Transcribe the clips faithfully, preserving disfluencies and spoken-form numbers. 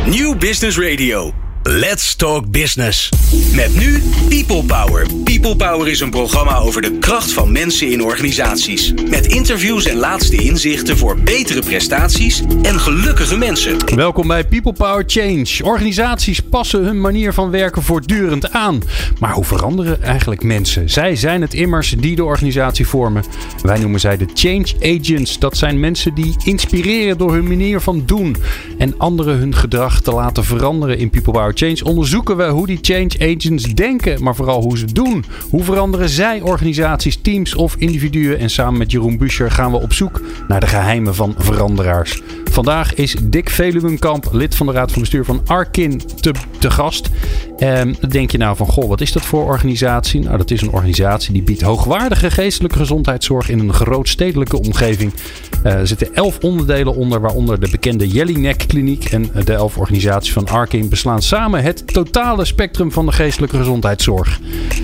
Nieuw Business Radio. Let's Talk Business. Met nu People Power. People Power is een programma over de kracht van mensen in organisaties. Met interviews en laatste inzichten voor betere prestaties en gelukkige mensen. Welkom bij People Power Change. Organisaties passen hun manier van werken voortdurend aan. Maar hoe veranderen eigenlijk mensen? Zij zijn het immers die de organisatie vormen. Wij noemen zij de Change Agents. Dat zijn mensen die inspireren door hun manier van doen. En anderen hun gedrag te laten veranderen in People Power Change onderzoeken we hoe die change agents denken, maar vooral hoe ze doen. Hoe veranderen zij organisaties, teams of individuen? En samen met Jeroen Buescher gaan we op zoek naar de geheimen van veranderaars. Vandaag is Dick Veluwenkamp, lid van de Raad van Bestuur van Arkin, te, te gast. En dan denk je nou van, goh, wat is dat voor organisatie? Nou, dat is een organisatie die biedt hoogwaardige geestelijke gezondheidszorg in een grootstedelijke omgeving. Uh, er zitten elf onderdelen onder, waaronder de bekende Jellinek Kliniek. En de elf organisaties van Arkin beslaan samen het totale spectrum van de geestelijke gezondheidszorg.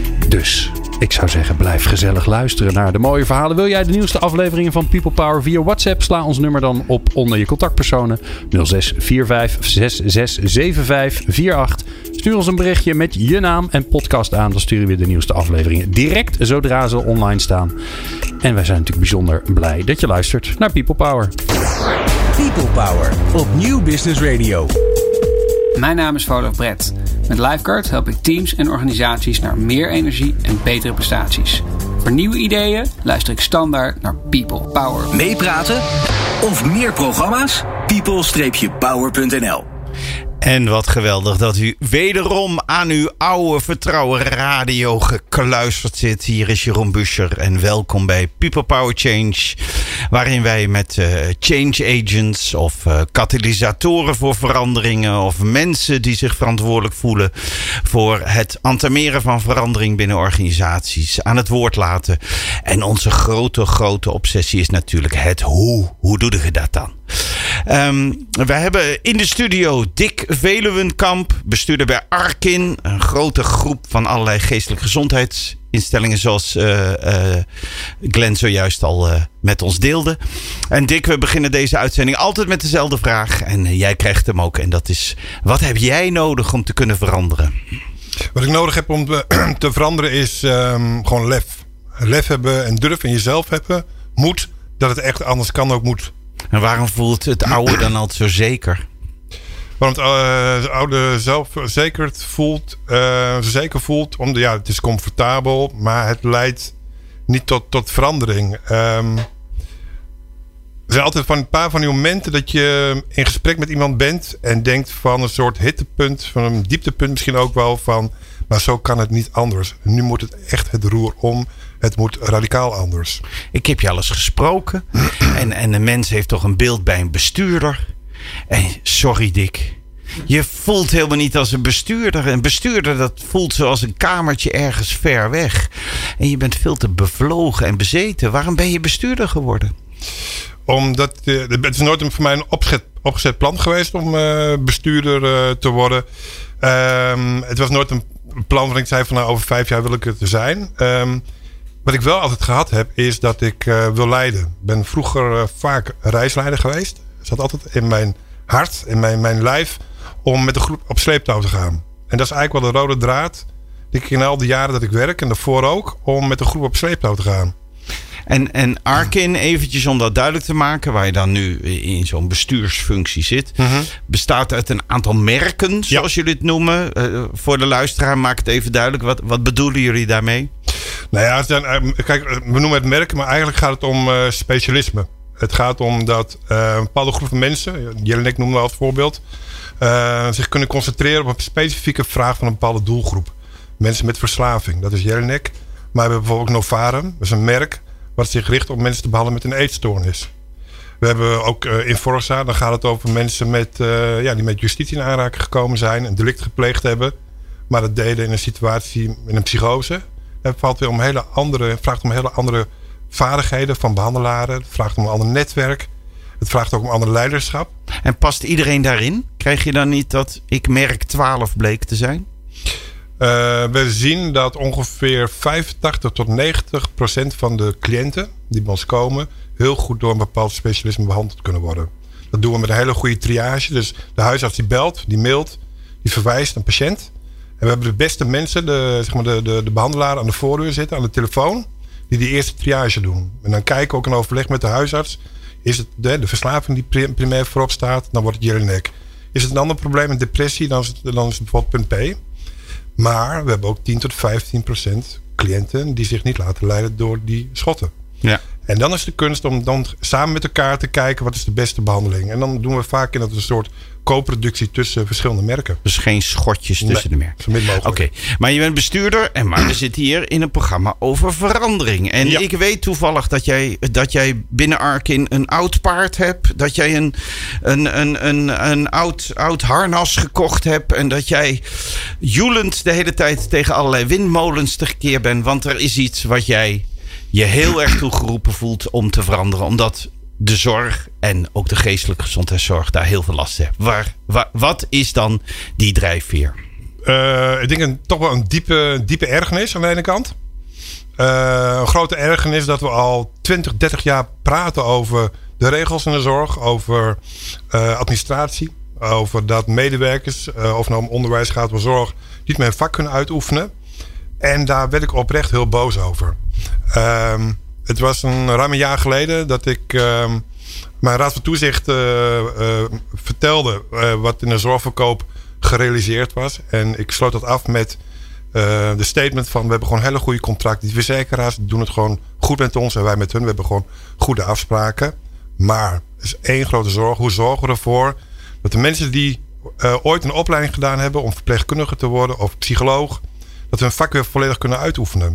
Dus ik zou zeggen, blijf gezellig luisteren naar de mooie verhalen. Wil jij de nieuwste afleveringen van People Power via WhatsApp? Sla ons nummer dan op onder je contactpersonen nul zes vier vijf zes zes zeven vijf vier acht. Stuur ons een berichtje met je naam en podcast aan. Dan sturen we de nieuwste afleveringen direct zodra ze online staan. En wij zijn natuurlijk bijzonder blij dat je luistert naar People Power. People Power op Nieuw Business Radio. Mijn naam is Volof Brett. Met Lifeguard help ik teams en organisaties naar meer energie en betere prestaties. Voor nieuwe ideeën luister ik standaard naar People Power. Meepraten of meer programma's? people power punt n l. En wat geweldig dat u wederom aan uw oude vertrouwen radio gekluisterd zit. Hier is Jeroen Buescher en welkom bij People Power Change. Waarin wij met uh, change agents of uh, katalysatoren voor veranderingen of mensen die zich verantwoordelijk voelen voor het entameren van verandering binnen organisaties aan het woord laten. En onze grote, grote obsessie is natuurlijk het hoe. Hoe doe je dat dan? Um, wij hebben in de studio Dick Veluwenkamp, bestuurder bij Arkin. Een grote groep van allerlei geestelijke gezondheidsinstellingen, zoals uh, uh, Glenn zojuist al uh, met ons deelde. En Dick, we beginnen deze uitzending altijd met dezelfde vraag. En uh, jij krijgt hem ook. En dat is, wat heb jij nodig om te kunnen veranderen? Wat ik nodig heb om te, te veranderen is um, gewoon lef. Lef hebben en durf in jezelf hebben. Moed, dat het echt anders kan ook moet. En waarom voelt het oude dan altijd zo zeker? Want uh, het oude zelfverzekerd voelt, uh, zeker voelt, om de, ja, het is comfortabel, maar het leidt niet tot, tot verandering. Um, er zijn altijd van een paar van die momenten dat je in gesprek met iemand bent en denkt van een soort hittepunt, van een dieptepunt misschien ook wel van, maar zo kan het niet anders. Nu moet het echt het roer om. Het moet radicaal anders. Ik heb je al eens gesproken. en, en een mens heeft toch een beeld bij een bestuurder. En sorry Dick. Je voelt helemaal niet als een bestuurder. Een bestuurder dat voelt zoals een kamertje ergens ver weg. En je bent veel te bevlogen en bezeten. Waarom ben je bestuurder geworden? Omdat uh, het is nooit voor mij een opgezet, opgezet plan geweest om uh, bestuurder uh, te worden. Um, het was nooit een plan waarin ik zei van nou, over vijf jaar wil ik het zijn. Um, Wat ik wel altijd gehad heb, is dat ik uh, wil leiden. Ik ben vroeger uh, vaak reisleider geweest. Het zat altijd in mijn hart, in mijn, mijn lijf, om met een groep op sleeptouw te gaan. En dat is eigenlijk wel de rode draad, die ik in al die jaren dat ik werk en daarvoor ook, om met een groep op sleeptouw te gaan. En, en Arkin, eventjes om dat duidelijk te maken, waar je dan nu in zo'n bestuursfunctie zit, mm-hmm. bestaat uit een aantal merken, zoals ja. jullie het noemen. Uh, voor de luisteraar, maak het even duidelijk. Wat, wat bedoelen jullie daarmee? Nou ja, dan, kijk, we noemen het merken, maar eigenlijk gaat het om uh, specialisme. Het gaat om dat uh, een bepaalde groep van mensen, Jellinek noemen we als voorbeeld, uh, zich kunnen concentreren op een specifieke vraag van een bepaalde doelgroep. Mensen met verslaving, dat is Jellinek. Maar we hebben bijvoorbeeld ook Novarum, dat is een merk wat zich richt op mensen te behandelen met een eetstoornis. We hebben ook uh, Inforsa, dan gaat het over mensen met, uh, ja, die met justitie in aanraking gekomen zijn, een delict gepleegd hebben, maar dat deden in een situatie, in een psychose. Het valt weer om hele andere, vraagt om hele andere vaardigheden van behandelaren. Het vraagt om een ander netwerk. Het vraagt ook om ander leiderschap. En past iedereen daarin? Krijg je dan niet dat ik merk twaalf bleek te zijn? Uh, we zien dat ongeveer vijfentachtig tot negentig procent van de cliënten die bij ons komen heel goed door een bepaald specialisme behandeld kunnen worden. Dat doen we met een hele goede triage. Dus de huisarts die belt, die mailt, die verwijst een patiënt. En we hebben de beste mensen, de, zeg maar de, de, de behandelaar aan de voordeur zitten, aan de telefoon, die die eerste triage doen. En dan kijken we ook in overleg met de huisarts. Is het de, de verslaving die primair voorop staat, dan wordt het Jelinek. Is het een ander probleem, een depressie, dan is het, dan is het bijvoorbeeld punt P. Maar we hebben ook tien tot vijftien procent cliënten die zich niet laten leiden door die schotten. Ja. En dan is de kunst om dan samen met elkaar te kijken wat is de beste behandeling. En dan doen we vaak in dat een soort co-productie tussen verschillende merken. Dus geen schotjes tussen nee, de merken. zo min mogelijk. Oké, okay. Maar je bent bestuurder en maar we zitten hier in een programma over verandering. En ja. ik weet toevallig dat jij, dat jij binnen Arkin een oud paard hebt. Dat jij een, een, een, een, een oud, oud harnas gekocht hebt. En dat jij joelend de hele tijd tegen allerlei windmolens tegekeerd bent. Want er is iets wat jij je heel erg toegeroepen voelt om te veranderen. Omdat de zorg en ook de geestelijke gezondheidszorg daar heel veel last hebben. Waar, waar, wat is dan die drijfveer? Uh, ik denk een, toch wel een diepe, diepe ergernis aan de ene kant. Uh, een grote ergernis dat we al twintig, dertig jaar praten over de regels in de zorg. Over uh, administratie. Over dat medewerkers, uh, of nou om onderwijs gaat of zorg, niet meer hun vak kunnen uitoefenen. En daar werd ik oprecht heel boos over. Um, het was een ruim een jaar geleden dat ik um, mijn raad van toezicht uh, uh, vertelde uh, wat in de zorgverkoop gerealiseerd was. En ik sloot dat af met uh, de statement van we hebben gewoon hele goede contracten. Die verzekeraars doen het gewoon goed met ons en wij met hun. We hebben gewoon goede afspraken. Maar er is één grote zorg. Hoe zorgen we ervoor dat de mensen die uh, ooit een opleiding gedaan hebben om verpleegkundige te worden of psycholoog, dat we hun vak weer volledig kunnen uitoefenen.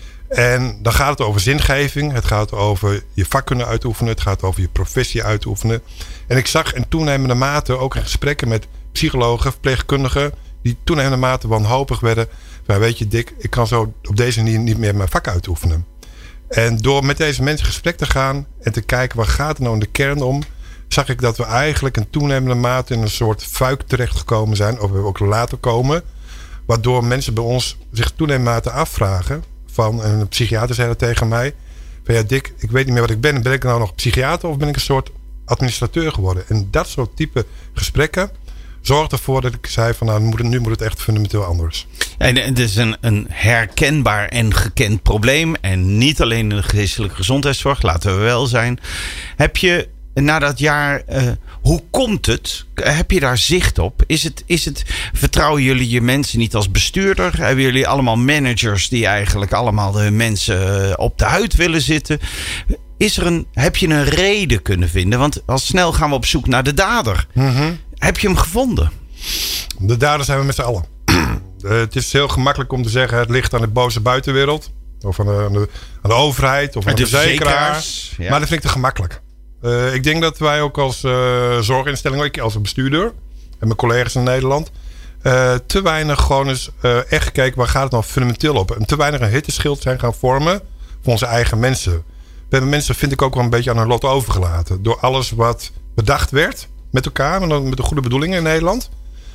En dan gaat het over zingeving. Het gaat over je vak kunnen uitoefenen. Het gaat over je professie uitoefenen. En ik zag in toenemende mate ook in gesprekken met psychologen, verpleegkundigen, die toenemende mate wanhopig werden. Maar weet je Dick, ik kan zo op deze manier niet meer mijn vak uitoefenen. En door met deze mensen in gesprek te gaan en te kijken waar gaat het nou in de kern om, zag ik dat we eigenlijk in toenemende mate in een soort fuik terechtgekomen zijn. Of we ook later komen. Waardoor mensen bij ons zich toenemende mate afvragen. Van, en een psychiater zei dat tegen mij. Van ja Dick, ik weet niet meer wat ik ben. Ben ik nou nog psychiater of ben ik een soort administrateur geworden? En dat soort type gesprekken zorgde ervoor dat ik zei van nou, nu moet het, nu moet het echt fundamenteel anders. En het is een, een herkenbaar en gekend probleem. En niet alleen in de geestelijke gezondheidszorg, laten we wel zijn. Heb je na dat jaar, uh, hoe komt het? Heb je daar zicht op? Is het, is het, vertrouwen jullie je mensen niet als bestuurder? Hebben jullie allemaal managers die eigenlijk allemaal de mensen op de huid willen zitten? Is er een, heb je een reden kunnen vinden? Want al snel gaan we op zoek naar de dader. Mm-hmm. Heb je hem gevonden? De dader zijn we met z'n allen. uh, het is heel gemakkelijk om te zeggen het ligt aan de boze buitenwereld. Of aan de, aan de, aan de overheid. Of aan de, de verzekeraar. Ja. Maar dat vind ik te gemakkelijk. Uh, ik denk dat wij ook als uh, zorginstelling, ik als bestuurder en mijn collega's in Nederland, uh, te weinig gewoon eens uh, echt gekeken waar gaat het nou fundamenteel op. En te weinig een hitteschild zijn gaan vormen voor onze eigen mensen. We hebben mensen, vind ik, ook wel een beetje aan hun lot overgelaten. Door alles wat bedacht werd met elkaar, met de goede bedoelingen in Nederland.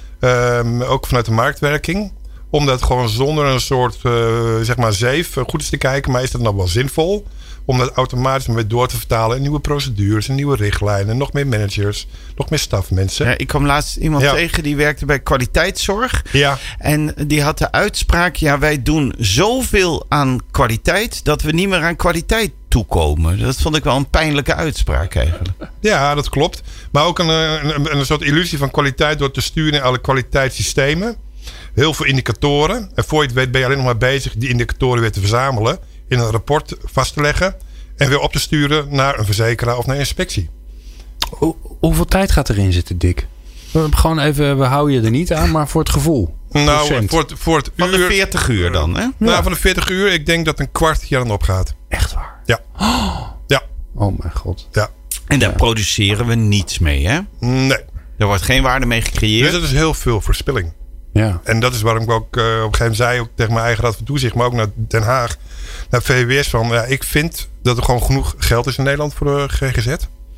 Um, ook vanuit de marktwerking. Om dat gewoon zonder een soort uh, zeg maar zeef goed eens te kijken. Maar is dat nou wel zinvol? Om dat automatisch weer door te vertalen in nieuwe procedures, in nieuwe richtlijnen, nog meer managers, nog meer stafmensen. Ja, ik kwam laatst iemand ja. tegen die werkte bij kwaliteitszorg. Ja. En die had de uitspraak, ja, wij doen zoveel aan kwaliteit dat we niet meer aan kwaliteit toekomen. Dat vond ik wel een pijnlijke uitspraak eigenlijk. Ja, dat klopt. Maar ook een, een, een soort illusie van kwaliteit door te sturen in alle kwaliteitssystemen. Heel veel indicatoren. En voor je het weet ben je alleen nog maar bezig die indicatoren weer te verzamelen, in een rapport vast te leggen en weer op te sturen naar een verzekeraar of naar een inspectie. Hoe, hoeveel tijd gaat erin zitten, Dick? Gewoon even, we houden je er niet aan, maar voor het gevoel. Nou, voor het, voor het uur. Van de veertig uur dan, hè? Nou, ja. van de veertig uur. Ik denk dat een kwart hier aan op gaat. Echt waar? Ja. Oh. Ja. Oh mijn god. Ja. En daar ja. produceren we niets mee, hè? Nee. Er wordt geen waarde mee gecreëerd. Dus dat is heel veel verspilling. Ja. En dat is waarom ik ook uh, op een gegeven moment zei, ook tegen mijn eigen raad van toezicht, maar ook naar Den Haag, naar V W S van, ja, ik vind dat er gewoon genoeg geld is in Nederland voor de G G Z.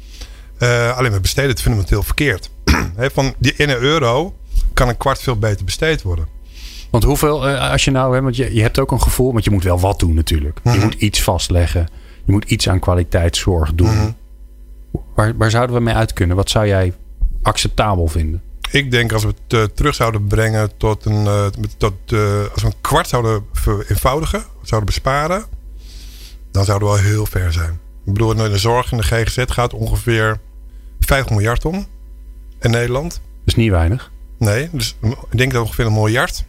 Uh, alleen we besteden het fundamenteel verkeerd. He, van die ene euro kan een kwart veel beter besteed worden. Want hoeveel, uh, als je nou, hè, want je, je hebt ook een gevoel, want je moet wel wat doen natuurlijk. Mm-hmm. Je moet iets vastleggen. Je moet iets aan kwaliteitszorg doen. Mm-hmm. Waar, waar zouden we mee uit kunnen? Wat zou jij acceptabel vinden? Ik denk als we het uh, terug zouden brengen tot een, uh, tot, uh, als we een kwart zouden vereenvoudigen, zouden besparen, dan zouden we wel heel ver zijn. Ik bedoel, in de zorg in de G G Z gaat ongeveer vijftig miljard om in Nederland. Dat is niet weinig. Nee, dus ik denk dat ongeveer een miljard.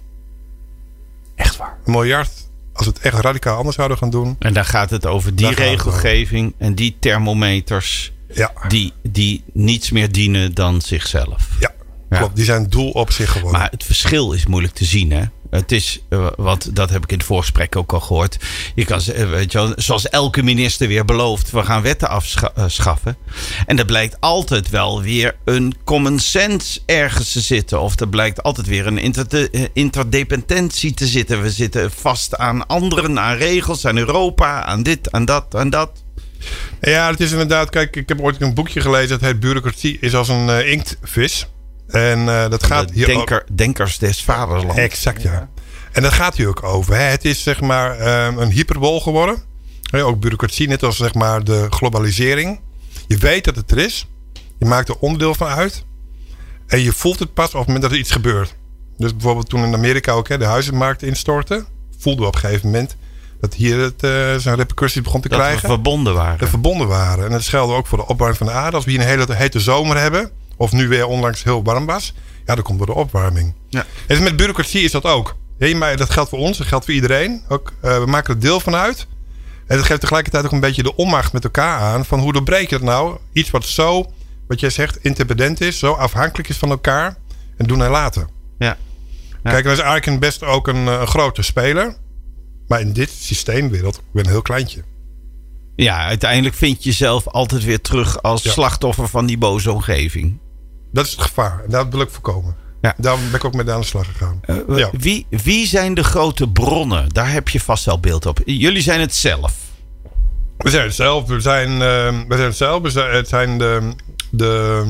Echt waar. Een miljard, als we het echt radicaal anders zouden gaan doen. En dan gaat het over die regelgeving en die thermometers ja. die, die niets meer dienen dan zichzelf. Ja, klopt. Ja. Die zijn doel op zich geworden. Maar het verschil is moeilijk te zien, hè? Het is, want dat heb ik in het voorgesprek ook al gehoord. Je kan, weet je wel, zoals elke minister weer belooft, we gaan wetten afschaffen. En er blijkt altijd wel weer een common sense ergens te zitten. Of er blijkt altijd weer een inter- interdependentie te zitten. We zitten vast aan anderen, aan regels, aan Europa, aan dit, aan dat, aan dat. Ja, het is inderdaad, kijk, ik heb ooit een boekje gelezen. Dat heet Bureaucratie is als een uh, inktvis. En uh, dat gaat de hier denker, ook... Denkers des vaderlands. Exact, ja. En dat gaat hier ook over. Hè. Het is zeg maar um, een hyperbol geworden. He, ook bureaucratie, net als zeg maar de globalisering. Je weet dat het er is. Je maakt er onderdeel van uit. En je voelt het pas op het moment dat er iets gebeurt. Dus bijvoorbeeld toen in Amerika ook hè, de huizenmarkt instortte. Voelden we op een gegeven moment dat hier het, uh, zijn repercussies begon te dat krijgen. Dat we verbonden waren. Dat we verbonden waren. En dat geldt ook voor de opwarming van de aarde. Als we hier een hele hete zomer hebben. Of nu weer onlangs heel warm was. Ja, dat komt door de opwarming. Ja. En met bureaucratie is dat ook. Ja, maar dat geldt voor ons. Dat geldt voor iedereen. Ook, uh, we maken er deel van uit. En dat geeft tegelijkertijd ook een beetje de onmacht met elkaar aan. Van hoe doorbreek je dat nou? Iets wat zo, wat jij zegt, interdependent is. Zo afhankelijk is van elkaar. En doen en laten. Ja. Ja. Kijk, dan is Arkin best ook een, een grote speler. Maar in dit systeemwereld ben ik een heel kleintje. Ja, uiteindelijk vind je jezelf altijd weer terug als ja. slachtoffer van die boze omgeving. Dat is het gevaar. En dat wil ik voorkomen. Ja. Daarom ben ik ook mee aan de slag gegaan. Uh, ja. wie, wie zijn de grote bronnen? Daar heb je vast wel beeld op. Jullie zijn het zelf. We zijn het zelf. We zijn, uh, we zijn het zelf. We zijn, het zijn de, de,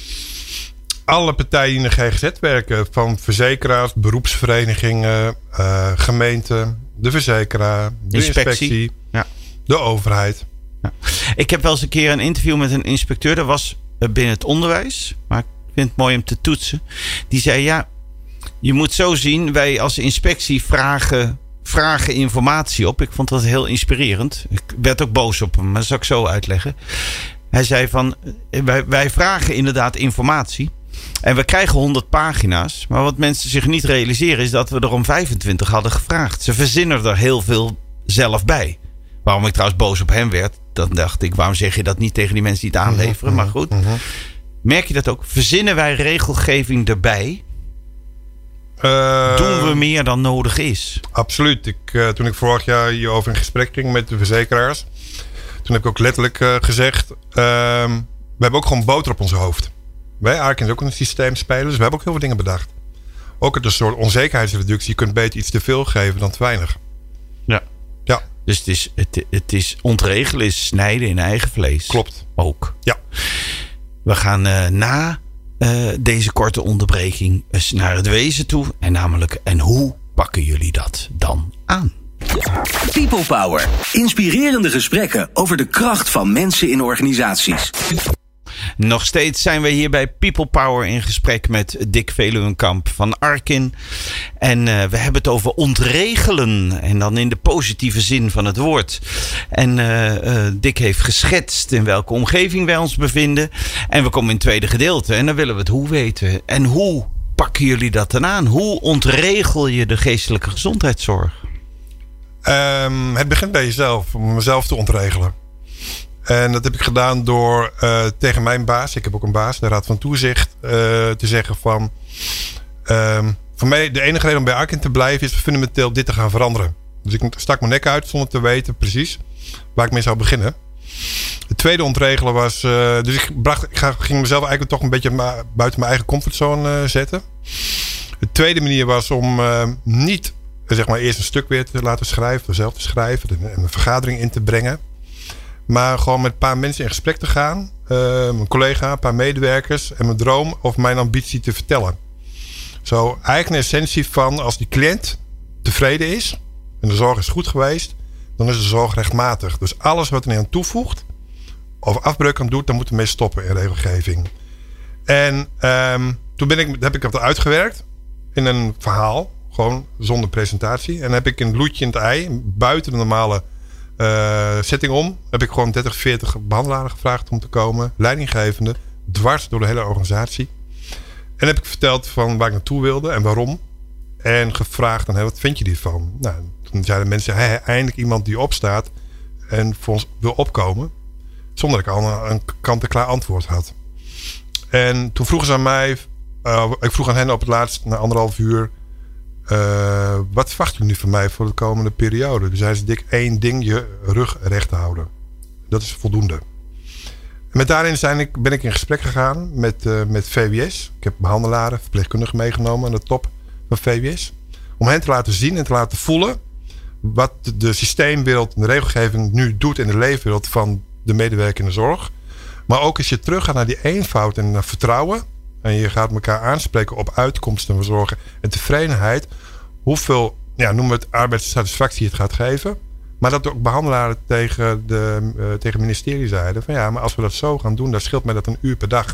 alle partijen die in de G G Z werken. Van verzekeraars, beroepsverenigingen, uh, gemeenten, de verzekeraar, de inspectie, inspectie ja. de overheid. Ja. Ik heb wel eens een keer een interview met een inspecteur. Dat was binnen het onderwijs. Maar ik vind het mooi om te toetsen. Die zei ja, je moet zo zien. Wij als inspectie vragen, vragen informatie op. Ik vond dat heel inspirerend. Ik werd ook boos op hem. Maar dat zal ik zo uitleggen. Hij zei van wij, wij vragen inderdaad informatie. En we krijgen honderd pagina's. Maar wat mensen zich niet realiseren is dat we er om vijfentwintig hadden gevraagd. Ze verzinnen er heel veel zelf bij. Waarom ik trouwens boos op hem werd. Dan dacht ik, waarom zeg je dat niet tegen die mensen die het aanleveren? Maar goed. Merk je dat ook? Verzinnen wij regelgeving erbij? Uh, Doen we meer dan nodig is? Absoluut. Ik, uh, toen ik vorig jaar hierover in gesprek ging met de verzekeraars. Toen heb ik ook letterlijk uh, gezegd. Uh, we hebben ook gewoon boter op ons hoofd. Wij, Arkin is ook een systeemspeler. Dus we hebben ook heel veel dingen bedacht. Ook het een soort onzekerheidsreductie. Je kunt beter iets te veel geven dan te weinig. Ja. Ja. Dus het is, het, het is ontregelen is snijden in eigen vlees. Klopt. Ook. Ja. We gaan uh, na uh, deze korte onderbreking eens naar het wezen toe. En namelijk, en hoe pakken jullie dat dan aan? People Power. Inspirerende gesprekken over de kracht van mensen in organisaties. Nog steeds zijn we hier bij People Power in gesprek met Dick Veluwenkamp van Arkin. En uh, we hebben het over ontregelen. En dan in de positieve zin van het woord. En uh, uh, Dick heeft geschetst in welke omgeving wij ons bevinden. En we komen in het tweede gedeelte. En dan willen we het hoe weten. En hoe pakken jullie dat dan aan? Hoe ontregel je de geestelijke gezondheidszorg? Um, het begint bij jezelf. Om mezelf te ontregelen. En dat heb ik gedaan door uh, tegen mijn baas, ik heb ook een baas, de Raad van Toezicht, uh, te zeggen van... Um, voor mij de enige reden om bij Arkin te blijven is fundamenteel dit te gaan veranderen. Dus ik stak mijn nek uit zonder te weten precies waar ik mee zou beginnen. Het tweede ontregelen was... Uh, dus ik, bracht, ik ging mezelf eigenlijk toch een beetje ma- buiten mijn eigen comfortzone uh, zetten. De tweede manier was om uh, niet zeg maar, eerst een stuk weer te laten schrijven, door zelf te schrijven en een vergadering in te brengen. Maar gewoon met een paar mensen in gesprek te gaan. Uh, mijn collega, een paar medewerkers. En mijn droom of mijn ambitie te vertellen. Zo eigenlijk een essentie van als die cliënt tevreden is. En de zorg is goed geweest. Dan is de zorg rechtmatig. Dus alles wat er aan toevoegt. of afbreuk aan doet, dan moet ermee stoppen in regelgeving. En um, toen ben ik, heb ik dat uitgewerkt in een verhaal, gewoon zonder presentatie. En heb ik een loetje in het ei, buiten de normale uh, setting om, heb ik gewoon dertig, veertig behandelaren gevraagd om te komen, leidinggevende, dwars door de hele organisatie. En heb ik verteld van waar ik naartoe wilde en waarom. En gevraagd dan, hey, wat vind je hiervan? Nou, toen zeiden mensen, hey, eindelijk iemand die opstaat en voor ons wil opkomen. Zonder dat ik al een kant-en-klaar antwoord had. En toen vroegen ze aan mij, uh, ik vroeg aan hen op het laatst, na anderhalf uur, uh, wat verwachten jullie nu van mij voor de komende periode? Dus zei ze, dik één ding, je rug recht houden. Dat is voldoende. En met daarin zijn ik, ben ik in gesprek gegaan met, uh, met V W S. Ik heb behandelaren, verpleegkundigen meegenomen aan de top van V W S. Om hen te laten zien en te laten voelen wat de systeemwereld en de regelgeving nu doet in de leefwereld van de medewerker in de zorg. Maar ook als je teruggaat naar die eenvoud en naar vertrouwen. En je gaat elkaar aanspreken op uitkomsten van zorgen en tevredenheid. Hoeveel, ja, noem het arbeidssatisfactie het gaat geven. Maar dat ook behandelaren tegen, de, uh, tegen het ministerie zeiden. Van ja, maar als we dat zo gaan doen, dan scheelt mij dat een uur per dag.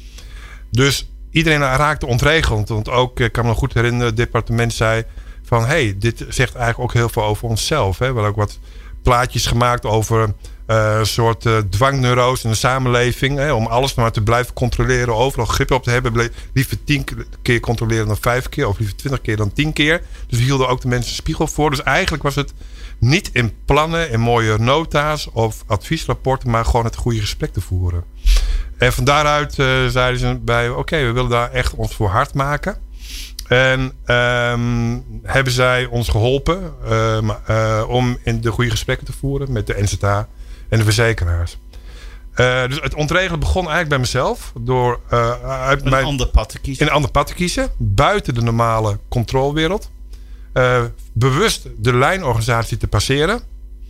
Dus iedereen raakte ontregeld. Want ook, ik kan me nog goed herinneren, het departement zei van hé, hey, dit zegt eigenlijk ook heel veel over onszelf. Hè. We hebben ook wat plaatjes gemaakt over uh, een soort uh, dwangneurose in de samenleving. Hè, om alles maar te blijven controleren, overal grip op te hebben. Liever tien keer controleren dan vijf keer. Of liever twintig keer dan tien keer. Dus we hielden ook de mensen een spiegel voor. Dus eigenlijk was het niet in plannen, in mooie nota's of adviesrapporten, maar gewoon het goede gesprek te voeren. En van daaruit uh, zeiden ze bij, oké, okay, we willen daar echt ons voor hard maken. En um, hebben zij ons geholpen uh, uh, om in de goede gesprekken te voeren met de N Z A en de verzekeraars. Uh, dus het ontregelen begon eigenlijk bij mezelf door uh, uit een mijn, ander pad te kiezen. een ander pad te kiezen, buiten de normale controlewereld. Uh, bewust de lijnorganisatie te passeren.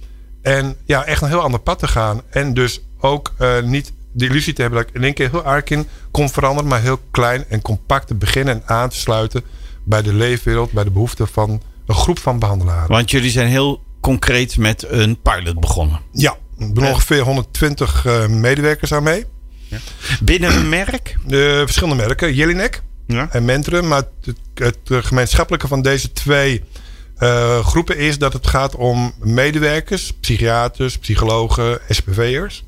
En ja, echt een heel ander pad te gaan. En dus ook uh, niet de illusie te hebben dat ik in één keer heel Arkin kon veranderen. Maar heel klein en compact te beginnen en aan te sluiten bij de leefwereld, bij de behoeften van een groep van behandelaren. Want jullie zijn heel concreet met een pilot begonnen. Ja, er doen ongeveer honderdtwintig uh, medewerkers aan mee. Ja. Binnen een merk? De verschillende merken, Jelinek ja. en Mentrum. Maar het, het gemeenschappelijke van deze twee uh, groepen is dat het gaat om medewerkers, psychiaters, psychologen, S P V'ers.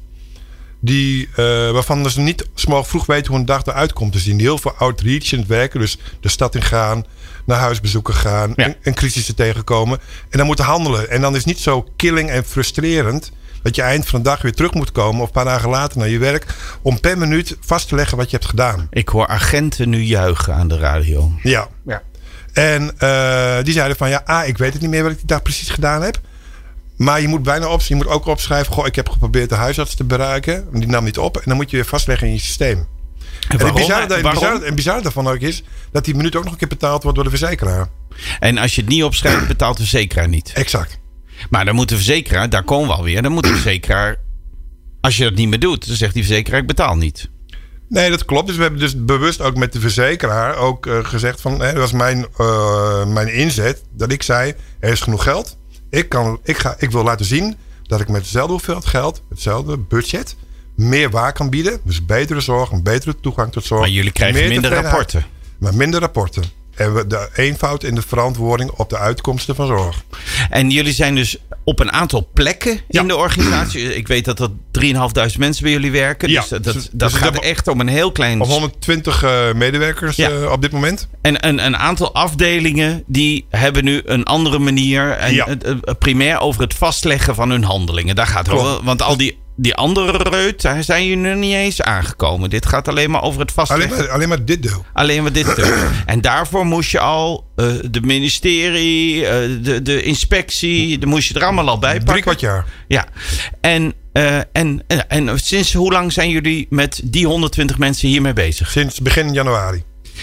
Die, uh, waarvan ze niet zo mogen vroeg weten hoe een dag eruit komt te zien. Die heel veel outreachend werken. Dus de stad in gaan, naar huisbezoeken gaan. Ja. En, en crisissen tegenkomen. En dan moeten handelen. En dan is het niet zo killing en frustrerend dat je eind van de dag weer terug moet komen of een paar dagen later naar je werk om per minuut vast te leggen wat je hebt gedaan. Ik hoor agenten nu juichen aan de radio. Ja. ja. En uh, die zeiden van ja, ah, ik weet het niet meer wat ik die dag precies gedaan heb. Maar je moet bijna op, je moet ook opschrijven, goh, ik heb geprobeerd de huisarts te bereiken. Die nam niet op en dan moet je weer vastleggen in je systeem. En, en het bizarre, bizarre, bizarre daarvan ook is dat die minuut ook nog een keer betaald wordt door de verzekeraar. En als je het niet opschrijft, betaalt de verzekeraar niet. Exact. Maar dan moet de verzekeraar, daar komen we alweer, dan moet de verzekeraar, als je dat niet meer doet, dan zegt die verzekeraar, ik betaal niet. Nee, dat klopt. Dus we hebben dus bewust ook met de verzekeraar ook uh, gezegd van, hè, dat was mijn, uh, mijn inzet, dat ik zei, er is genoeg geld. Ik, kan, ik, ga, ik wil laten zien dat ik met hetzelfde hoeveelheid geld, hetzelfde budget, meer waar kan bieden. Dus betere zorg, een betere toegang tot zorg. Maar jullie krijgen minder rapporten. Maar minder rapporten. En we de eenvoud in de verantwoording op de uitkomsten van zorg. En jullie zijn dus op een aantal plekken ja. in de organisatie. Ik weet dat er drieduizend vijfhonderd mensen bij jullie werken. Ja. Dus dat, dat, dus dat gaat dat echt om een heel klein... Om honderdtwintig uh, medewerkers ja. uh, op dit moment. En een, een aantal afdelingen die hebben nu een andere manier. En ja. uh, uh, primair over het vastleggen van hun handelingen. Daar gaat het over. Want al die... Die andere reut, daar zijn jullie nog niet eens aangekomen. Dit gaat alleen maar over het vastleggen. Alleen maar, alleen maar dit deel. Alleen maar dit deel. En daarvoor moest je al uh, de ministerie, uh, de, de inspectie, dan moest je er allemaal al bij pakken. Drie kwart jaar. Ja. En, uh, en, en, en sinds hoe lang zijn jullie met die honderdtwintig mensen hiermee bezig? Sinds begin januari.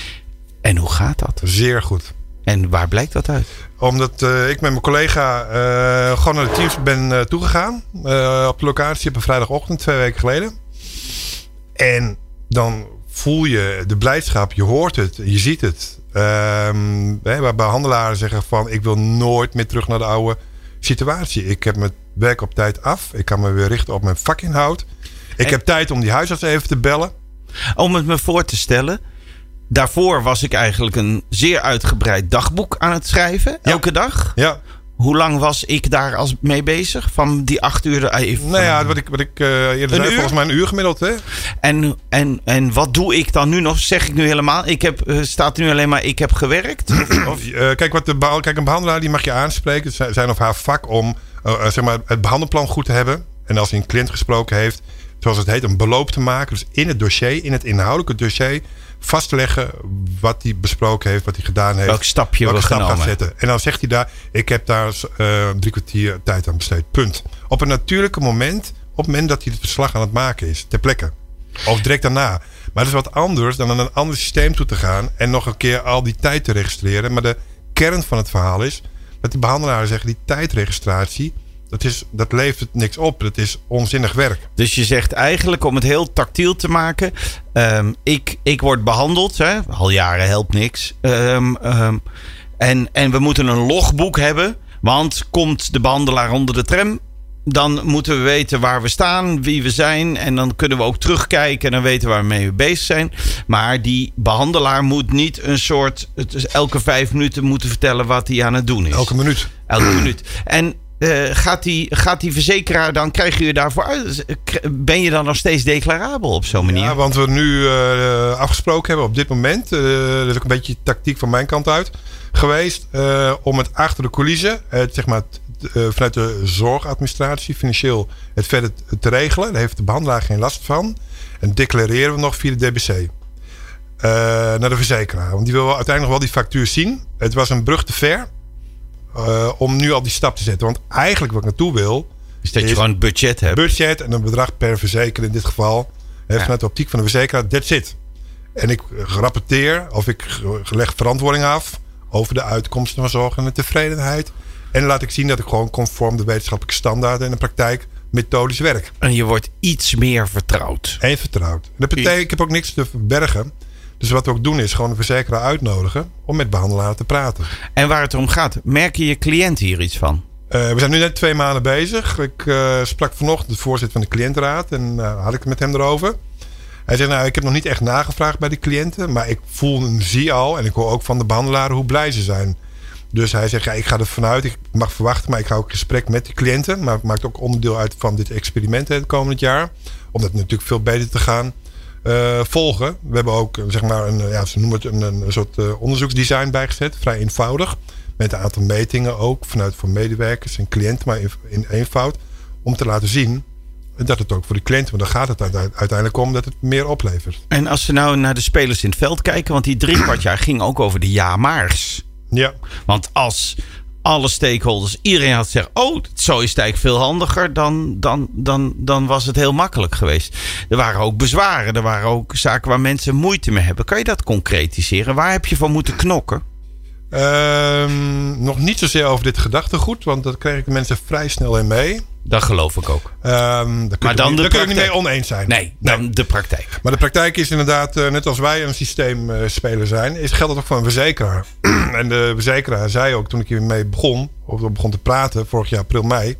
En hoe gaat dat? Zeer goed. En waar blijkt dat uit? Omdat uh, ik met mijn collega uh, gewoon naar de teams ben uh, toegegaan. Uh, op de locatie op een vrijdagochtend, twee weken geleden. En dan voel je de blijdschap. Je hoort het, je ziet het. Um, waar behandelaren zeggen van, ik wil nooit meer terug naar de oude situatie. Ik heb mijn werk op tijd af. Ik kan me weer richten op mijn vakinhoud. Ik En- heb tijd om die huisarts even te bellen. Om het me voor te stellen. Daarvoor was ik eigenlijk een zeer uitgebreid dagboek aan het schrijven. Ja. Elke dag. Ja, Hoe lang was ik daar als mee bezig? Van die acht uur. Even, nou ja, wat ik, wat ik uh, eerder zei, uur? volgens mij een uur gemiddeld. Hè? En, en, en wat doe ik dan nu nog? Zeg ik nu helemaal? Ik heb, uh, staat er nu alleen maar ik heb gewerkt? Of, uh, kijk, wat de beha- kijk, een behandelaar die mag je aanspreken. Het zijn of haar vak om uh, uh, zeg maar het behandelplan goed te hebben. En als hij een cliënt gesproken heeft, zoals het heet, een beloop te maken. Dus in het dossier, in het inhoudelijke dossier, vast te leggen wat hij besproken heeft, wat hij gedaan heeft. Welk stapje welke we stap genomen. gaat zetten. En dan zegt hij daar, ik heb daar uh, drie kwartier tijd aan besteed. Punt. Op een natuurlijke moment, op het moment dat hij het verslag aan het maken is, ter plekke. Of direct daarna. Maar dat is wat anders dan naar een ander systeem toe te gaan en nog een keer al die tijd te registreren. Maar de kern van het verhaal is dat die behandelaren zeggen, die tijdregistratie, Dat, is, dat levert niks op. Dat is onzinnig werk. Dus je zegt eigenlijk, om het heel tactiel te maken. Um, ik, ik word behandeld. Hè? Al jaren helpt niks. Um, um, en, en we moeten een logboek hebben. Want komt de behandelaar onder de tram, dan moeten we weten waar we staan, wie we zijn. En dan kunnen we ook terugkijken en dan weten we waarmee we bezig zijn. Maar die behandelaar moet niet een soort, het is elke vijf minuten moeten vertellen wat hij aan het doen is. Elke minuut. Elke minuut. En Uh, gaat, die, gaat die verzekeraar dan, krijg je je daarvoor uit? Ben je dan nog steeds declarabel op zo'n manier? Ja, want we nu uh, afgesproken hebben op dit moment. Uh, dat is ook een beetje tactiek van mijn kant uit geweest. Uh, om het achter de coulissen, uh, zeg maar t, uh, vanuit de zorgadministratie, financieel het verder te regelen. Daar heeft de behandelaar geen last van. En declareren we nog via de D B C. Uh, naar de verzekeraar. Want die wil uiteindelijk wel die factuur zien. Het was een brug te ver. Uh, om nu al die stap te zetten. Want eigenlijk wat ik naartoe wil, is dat je is gewoon een budget hebt. Budget en een bedrag per verzekeraar in dit geval. Ja. Vanuit de optiek van de verzekeraar, that's it. En ik rapporteer of ik leg verantwoording af over de uitkomsten van zorg en de tevredenheid. En laat ik zien dat ik gewoon conform de wetenschappelijke standaarden en de praktijk methodisch werk. En je wordt iets meer vertrouwd. En vertrouwd. En dat betekent, ik heb ook niks te verbergen. Dus wat we ook doen is gewoon de verzekeraar uitnodigen om met behandelaar te praten. En waar het om gaat, merken je cliënten hier iets van? Uh, we zijn nu net twee maanden bezig. Ik uh, sprak vanochtend de voorzitter van de cliëntenraad en uh, had ik het met hem erover. Hij zegt, nou, ik heb nog niet echt nagevraagd bij de cliënten, maar ik voel en zie al en ik hoor ook van de behandelaren hoe blij ze zijn. Dus hij zegt, ja, ik ga er vanuit, ik mag verwachten, maar ik ga ook gesprek met de cliënten. Maar het maakt ook onderdeel uit van dit experiment het komend jaar. Om dat natuurlijk veel beter te gaan uh, volgen. We hebben ook, zeg maar, een, ja, ze noemen het een, een soort uh, onderzoeksdesign bijgezet. Vrij eenvoudig. Met een aantal metingen ook vanuit voor medewerkers en cliënten, maar in, in eenvoud. Om te laten zien dat het ook voor de cliënten, want dan gaat het uiteindelijk om dat het meer oplevert. En als we nou naar de spelers in het veld kijken, want die drie kwart jaar ging ook over de ja-maars. Ja. Want als alle stakeholders, iedereen had gezegd, oh, zo is het eigenlijk veel handiger, dan, dan, dan, dan was het heel makkelijk geweest. Er waren ook bezwaren, er waren ook zaken waar mensen moeite mee hebben. Kan je dat concretiseren? Waar heb je voor moeten knokken? Um, nog niet zozeer over dit gedachtegoed, want dat krijg ik de mensen vrij snel in mee. Dat geloof ik ook. Um, daar kun maar dan niet, de daar kun ik niet mee praktijk. oneens zijn. Nee, dan nee. de praktijk. Maar de praktijk is inderdaad, uh, net als wij een systeemspeler zijn, is, geldt dat ook voor een verzekeraar. En de verzekeraar zei ook toen ik hiermee begon, of begon te praten, vorig jaar april, mei.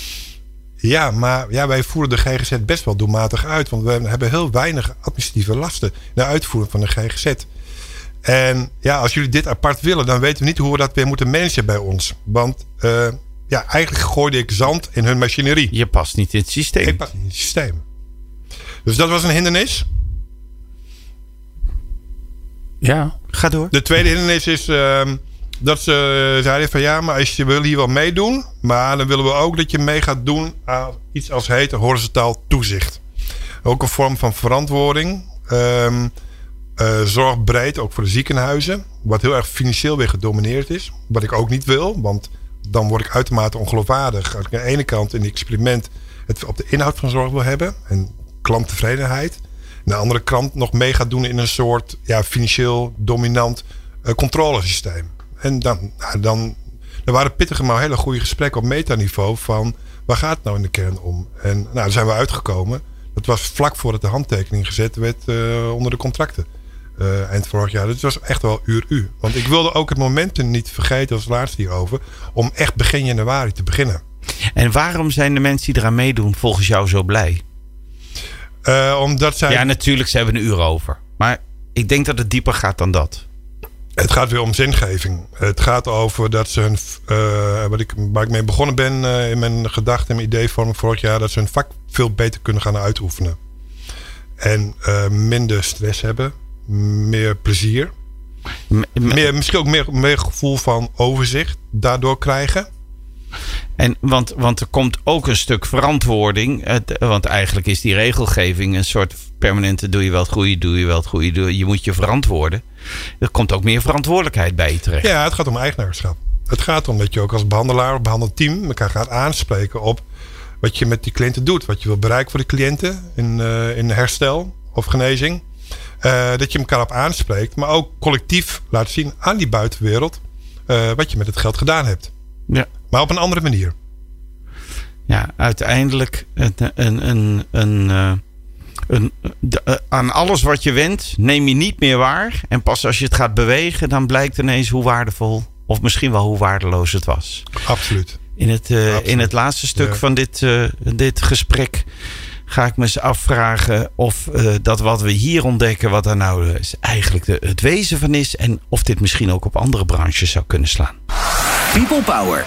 Ja, maar ja, wij voeren de G G Z best wel doelmatig uit. Want we hebben heel weinig administratieve lasten in de uitvoering van de G G Z. En ja, als jullie dit apart willen, dan weten we niet hoe we dat weer moeten managen bij ons. Want uh, ja, eigenlijk gooide ik zand in hun machinerie. Je past niet in het systeem. Ik pas niet in het systeem. Dus dat was een hindernis. Ja, ga door. De tweede hindernis is uh, dat ze zeiden van ja, maar als je wil hier wel meedoen, maar dan willen we ook dat je mee gaat doen aan iets als heet horizontaal toezicht. Ook een vorm van verantwoording. Um, Uh, zorgbreed, ook voor de ziekenhuizen. Wat heel erg financieel weer gedomineerd is. Wat ik ook niet wil, want dan word ik uitermate ongeloofwaardig. Als ik aan de ene kant in het experiment het op de inhoud van zorg wil hebben. En klanttevredenheid. En aan de andere kant nog mee gaat doen in een soort ja, financieel dominant uh, controlesysteem. En dan, nou, dan er waren pittige maar hele goede gesprekken op metaniveau van waar gaat het nou in de kern om? En nou, daar zijn we uitgekomen. Dat was vlak voordat de handtekening gezet werd uh, onder de contracten. Uh, eind vorig jaar. Dus het was echt wel uur u. Want ik wilde ook het momentum niet vergeten als laatste hierover. Om echt begin januari te beginnen. En waarom zijn de mensen die eraan meedoen volgens jou zo blij? Uh, omdat zij... Ja, natuurlijk, ze hebben een uur over. Maar ik denk dat het dieper gaat dan dat. Het gaat weer om zingeving. Het gaat over dat ze hun, uh, wat ik, waar ik mee begonnen ben uh, in mijn gedachten en mijn ideevorming vorig jaar, dat ze hun vak veel beter kunnen gaan uitoefenen. En uh, minder stress hebben, meer plezier. M- m- meer, misschien ook meer, meer gevoel van overzicht daardoor krijgen. En want, want er komt ook een stuk verantwoording. Het, want eigenlijk is die regelgeving een soort permanente doe je wel het goede, doe je wel het goede. Doe, je moet je verantwoorden. Er komt ook meer verantwoordelijkheid bij je terecht. Ja, het gaat om eigenaarschap. Het gaat om dat je ook als behandelaar of behandelteam elkaar gaat aanspreken op wat je met die cliënten doet. Wat je wil bereiken voor de cliënten in, uh, in herstel of genezing. Uh, dat je elkaar op aanspreekt, maar ook collectief laat zien aan die buitenwereld uh, wat je met het geld gedaan hebt. Ja. Maar op een andere manier. Ja, uiteindelijk een, een, een, een, een, een, de, aan alles wat je wendt neem je niet meer waar. En pas als je het gaat bewegen, dan blijkt ineens hoe waardevol of misschien wel hoe waardeloos het was. Absoluut. In het, uh, Absoluut. In het laatste stuk ja. van dit, uh, dit gesprek ga ik me eens afvragen of uh, dat wat we hier ontdekken, wat daar nou is, eigenlijk de, het wezen van is. En of dit misschien ook op andere branches zou kunnen slaan. People Power.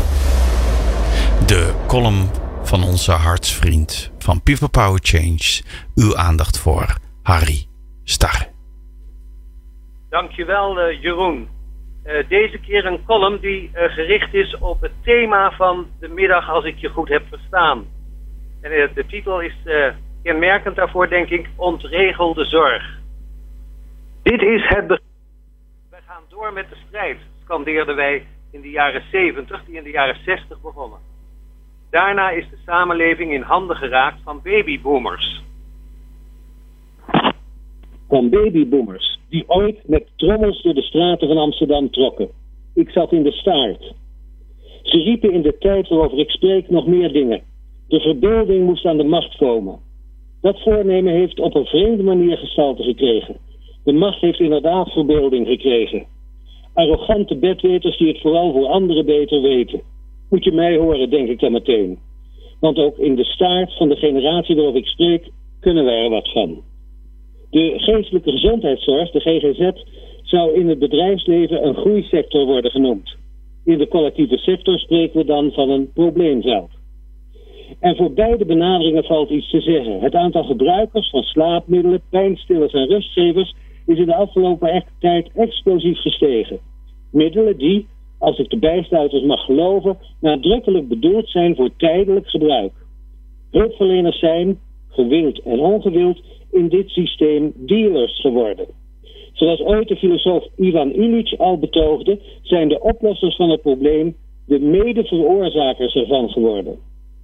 De column van onze hartsvriend van People Power Change. Uw aandacht voor Harry Starre. Dankjewel uh, Jeroen. Uh, deze keer een column die uh, gericht is op het thema van de middag, als ik je goed heb verstaan. En uh, de titel is uh, kenmerkend daarvoor, denk ik, ontregelde zorg. Dit is het begin. Wij gaan door met de strijd, scandeerden wij in de jaren zeventig, die in de jaren zestig begonnen. Daarna is de samenleving in handen geraakt van babyboomers. Van babyboomers, die ooit met trommels door de straten van Amsterdam trokken. Ik zat in de staart. Ze riepen in de tijd waarover ik spreek nog meer dingen. De verbeelding moest aan de macht komen. Dat voornemen heeft op een vreemde manier gestalte gekregen. De macht heeft inderdaad verbeelding gekregen. Arrogante bedweters die het vooral voor anderen beter weten. Moet je mij horen, denk ik dan meteen. Want ook in de staart van de generatie waarover ik spreek, kunnen wij er wat van. De geestelijke gezondheidszorg, de G G Z, zou in het bedrijfsleven een groeisector worden genoemd. In de collectieve sector spreken we dan van een probleemveld. En voor beide benaderingen valt iets te zeggen. Het aantal gebruikers van slaapmiddelen, pijnstillers en rustgevers is in de afgelopen tijd explosief gestegen. Middelen die, als ik de bijsluiters mag geloven, nadrukkelijk bedoeld zijn voor tijdelijk gebruik. Hulpverleners zijn, gewild en ongewild, in dit systeem dealers geworden. Zoals ooit de filosoof Ivan Illich al betoogde, zijn de oplossers van het probleem de mede-veroorzakers ervan geworden.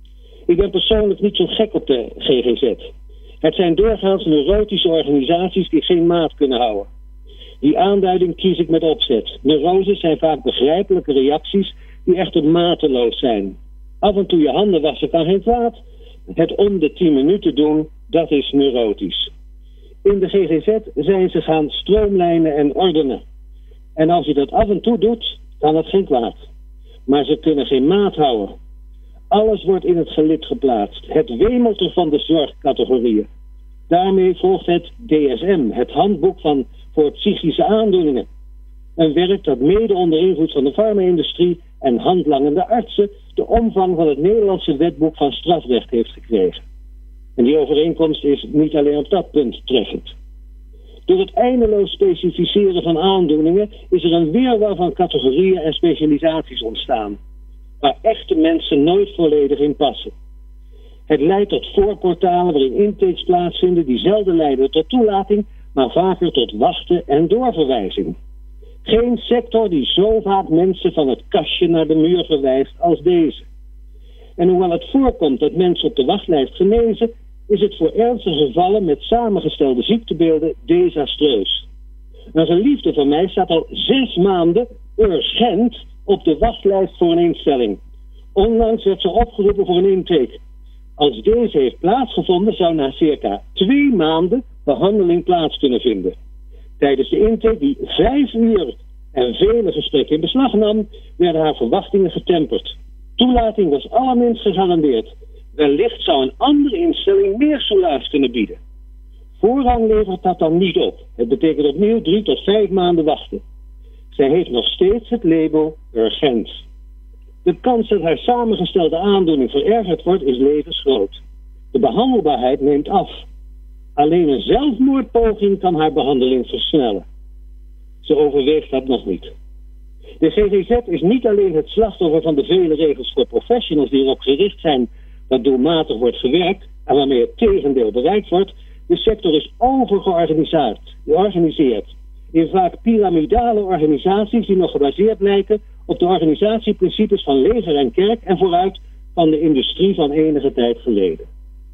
Ik ben persoonlijk niet zo gek op de G G Z. Het zijn doorgaans neurotische organisaties die geen maat kunnen houden. Die aanduiding kies ik met opzet. Neuroses zijn vaak begrijpelijke reacties die echter mateloos zijn. Af en toe je handen wassen kan geen kwaad. Het om de tien minuten doen, dat is neurotisch. In de G G Z zijn ze gaan stroomlijnen en ordenen. En als je dat af en toe doet, kan het geen kwaad. Maar ze kunnen geen maat houden. Alles wordt in het gelid geplaatst. Het wemelt er van de zorgcategorieën. Daarmee volgt het D S M, het handboek van voor psychische aandoeningen. Een werk dat mede onder invloed van de farma-industrie en handlangende artsen de omvang van het Nederlandse wetboek van strafrecht heeft gekregen. En die overeenkomst is niet alleen op dat punt treffend. Door het eindeloos specificeren van aandoeningen is er een wirwar van categorieën en specialisaties ontstaan, waar echte mensen nooit volledig in passen. Het leidt tot voorportalen waarin intakes plaatsvinden die zelden leiden tot toelating, maar vaker tot wachten en doorverwijzing. Geen sector die zo vaak mensen van het kastje naar de muur verwijst als deze. En hoewel het voorkomt dat mensen op de wachtlijst genezen, is het voor ernstige gevallen met samengestelde ziektebeelden desastreus. Een geliefde van mij staat al zes maanden urgent op de wachtlijst voor een instelling. Onlangs werd ze opgeroepen voor een intake. Als deze heeft plaatsgevonden, zou na circa twee maanden behandeling plaats kunnen vinden. Tijdens de intake, die vijf uur en vele gesprekken in beslag nam, werden haar verwachtingen getemperd. Toelating was allerminst gegarandeerd. Wellicht zou een andere instelling meer soelaas kunnen bieden. Voorrang levert dat dan niet op. Het betekent opnieuw drie tot vijf maanden wachten. Zij heeft nog steeds het label urgent. De kans dat haar samengestelde aandoening verergerd wordt is levensgroot. De behandelbaarheid neemt af. Alleen een zelfmoordpoging kan haar behandeling versnellen. Ze overweegt dat nog niet. De G G Z is niet alleen het slachtoffer van de vele regels voor professionals die erop gericht zijn dat doelmatig wordt gewerkt en waarmee het tegendeel bereikt wordt. De sector is overgeorganiseerd georganiseerd in vaak piramidale organisaties die nog gebaseerd lijken op de organisatieprincipes van leger en kerk en vooruit van de industrie van enige tijd geleden.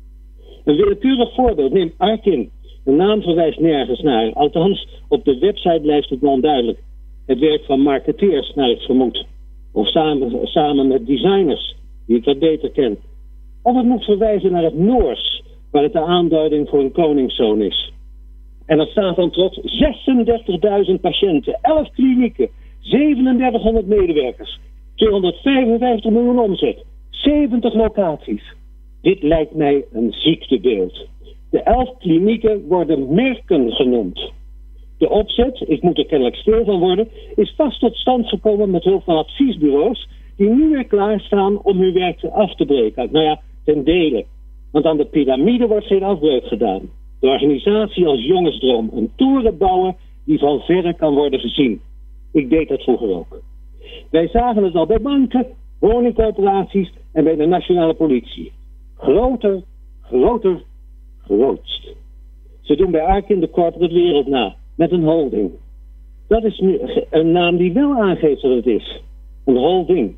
Een willekeurig voorbeeld, neem Arkin. De naam verwijst nergens naar, althans op de website blijft het onduidelijk. Het werk van marketeers, naar ik vermoed. Of samen, samen met designers, die ik wat beter ken. Of het moet verwijzen naar het Noors, waar het de aanduiding voor een koningszoon is. En dat staat dan trots zesendertigduizend patiënten, elf klinieken, zevenendertighonderd medewerkers, tweehonderdvijfenvijftig miljoen omzet, zeventig locaties. Dit lijkt mij een ziektebeeld. De elf klinieken worden merken genoemd. De opzet, ik moet er kennelijk stil van worden, is vast tot stand gekomen met hulp van adviesbureaus die nu weer klaarstaan om hun werk af te breken. Nou ja, ten dele. Want aan de piramide wordt geen afbreuk gedaan. De organisatie als jongensdroom, een toren bouwen die van verre kan worden gezien. Ik deed dat vroeger ook. Wij zagen het al bij banken, woningcorporaties en bij de nationale politie. Groter, groter, grootst. Ze doen bij Arkin de corporate wereld na, met een holding. Dat is nu een naam die wel aangeeft wat het is. Een holding.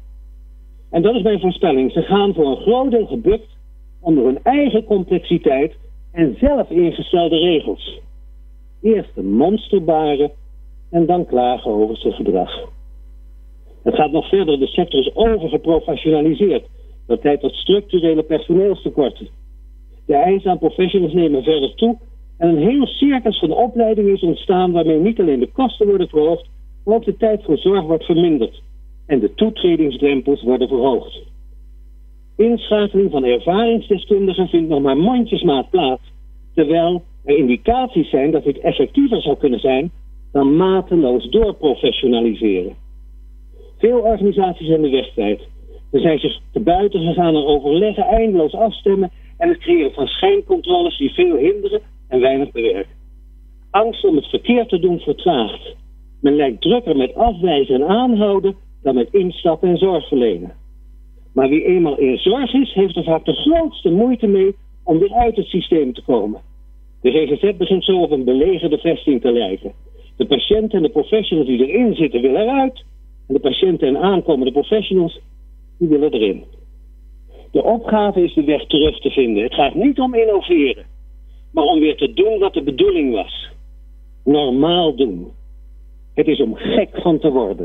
En dat is mijn voorspelling. Ze gaan voor een groot deel gebukt onder hun eigen complexiteit en zelf ingestelde regels. Eerst een monster baren en dan klagen over zijn gedrag. Het gaat nog verder. De sector is overgeprofessionaliseerd. Dat leidt tot structurele personeelstekorten. De eisen aan professionals nemen verder toe en een heel circus van opleiding is ontstaan waarmee niet alleen de kosten worden verhoogd, maar ook de tijd voor zorg wordt verminderd en de toetredingsdrempels worden verhoogd. Inschakeling van ervaringsdeskundigen vindt nog maar mondjesmaat plaats, terwijl er indicaties zijn dat dit effectiever zou kunnen zijn dan mateloos doorprofessionaliseren. Veel organisaties zijn de weg kwijt. Ze zijn zich te buiten gegaan aan overleggen, eindeloos afstemmen en het creëren van schijncontroles die veel hinderen en weinig bewerken. Angst om het verkeerd te doen vertraagt. Men lijkt drukker met afwijzen en aanhouden dan met instappen en zorg verlenen. Maar wie eenmaal in zorg is, heeft er vaak de grootste moeite mee om weer uit het systeem te komen. De G G Z begint zo op een belegerde vesting te lijken. De patiënten en de professionals die erin zitten willen eruit. En de patiënten en aankomende professionals die willen erin. De opgave is de weg terug te vinden. Het gaat niet om innoveren, maar om weer te doen wat de bedoeling was. Normaal doen. Het is om gek van te worden.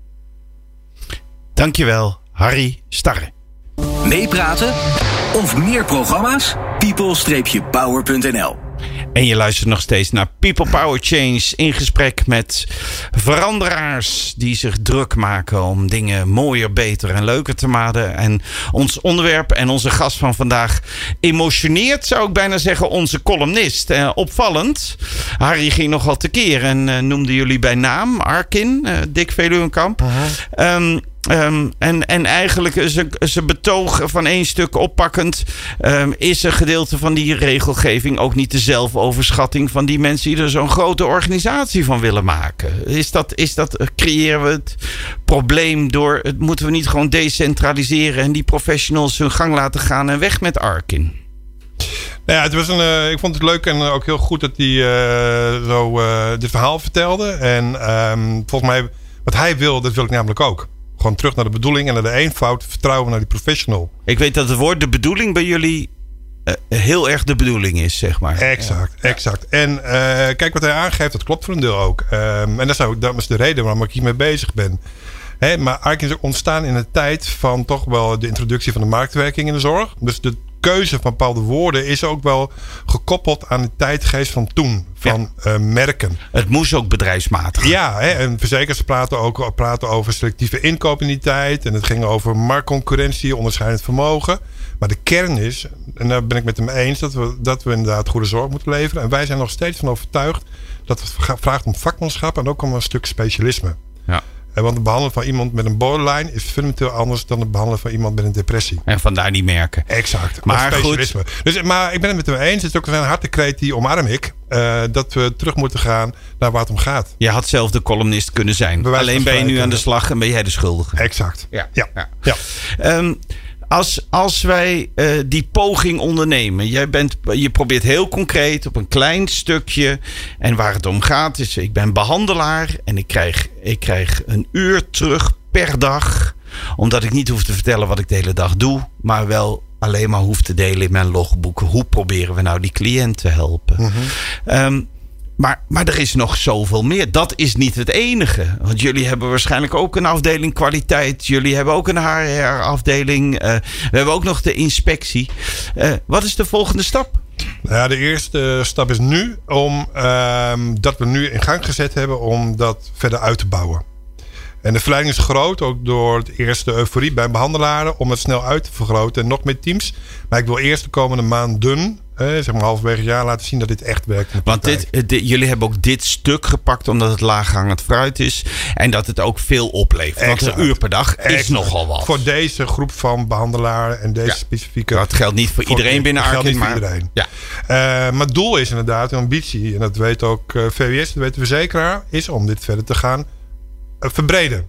Dankjewel, Harry Starre. Meepraten of meer programma's? people power punt n l. En je luistert nog steeds naar People Power Change in gesprek met veranderaars die zich druk maken om dingen mooier, beter en leuker te maken. En ons onderwerp en onze gast van vandaag emotioneert, zou ik bijna zeggen, onze columnist. Eh, opvallend. Harry ging nogal tekeer en uh, noemde jullie bij naam. Arkin, uh, Dick Veluwenkamp. Um, Um, en, en eigenlijk zijn betoog van één stuk oppakkend um, is een gedeelte van die regelgeving ook niet de zelfoverschatting van die mensen die er zo'n grote organisatie van willen maken. Is dat, is dat, creëren we het probleem door, het moeten we niet gewoon decentraliseren en die professionals hun gang laten gaan en weg met Arkin? Nou ja, het was een, uh, ik vond het leuk en ook heel goed dat hij uh, zo uh, dit verhaal vertelde. En um, volgens mij, wat hij wil, dat wil ik namelijk ook. Gewoon terug naar de bedoeling en naar de eenvoud. Vertrouwen naar die professional. Ik weet dat het woord de bedoeling bij jullie uh, heel erg de bedoeling is, zeg maar. Exact, ja. exact. En uh, kijk wat hij aangeeft, dat klopt voor een deel ook. Um, en dat is, nou, dat is de reden waarom ik hiermee bezig ben. Hè, maar Arkin is ook ontstaan in een tijd van toch wel de introductie van de marktwerking in de zorg. Dus de keuze van bepaalde woorden is ook wel gekoppeld aan de tijdgeest van toen. Van ja. uh, merken. Het moest ook bedrijfsmatig. Ja, hè, en verzekeraars praten ook praten over selectieve inkoop in die tijd. En het ging over marktconcurrentie, onderscheidend vermogen. Maar de kern is, en daar ben ik met hem eens, dat we, dat we inderdaad goede zorg moeten leveren. En wij zijn nog steeds van overtuigd dat het vraagt om vakmanschap en ook om een stuk specialisme. Ja. Want het behandelen van iemand met een borderline is fundamenteel anders dan het behandelen van iemand met een depressie. En vandaar die merken. Exact. Maar goed. Dus, maar ik ben het met hem eens. Het is ook een hartekreet die omarm ik. Uh, dat we terug moeten gaan naar waar het om gaat. Je had zelf de columnist kunnen zijn. Alleen ben je nu aan de slag en ben jij de schuldige. Exact. Ja. ja. ja. ja. Um, Als, als wij uh, die poging ondernemen. Jij bent, je probeert heel concreet op een klein stukje. En waar het om gaat is, ik ben behandelaar. En ik krijg, ik krijg een uur terug per dag. Omdat ik niet hoef te vertellen wat ik de hele dag doe. Maar wel alleen maar hoef te delen in mijn logboek. Hoe proberen we nou die cliënt te helpen? Mm-hmm. Um, Maar, maar er is nog zoveel meer. Dat is niet het enige. Want jullie hebben waarschijnlijk ook een afdeling kwaliteit. Jullie hebben ook een H R-afdeling. Uh, we hebben ook nog de inspectie. Uh, wat is de volgende stap? Ja, de eerste stap is nu om uh, dat we nu in gang gezet hebben om dat verder uit te bouwen. En de verleiding is groot, ook door het eerste euforie bij behandelaren, om het snel uit te vergroten en nog meer teams. Maar ik wil eerst de komende maanden, eh, zeg maar halverwege het jaar, laten zien dat dit echt werkt. Want dit, dit, jullie hebben ook dit stuk gepakt omdat het laaghangend fruit is en dat het ook veel oplevert. Want een uur per dag is exact. Nogal wat. Voor deze groep van behandelaren en deze ja. specifieke... Dat geldt niet voor, voor iedereen binnen Arkin. Dat geldt niet maar, voor iedereen. Ja. Uh, maar het doel is inderdaad, een ambitie, en dat weet ook uh, V W S, dat weet de verzekeraar, is om dit verder te gaan verbreden.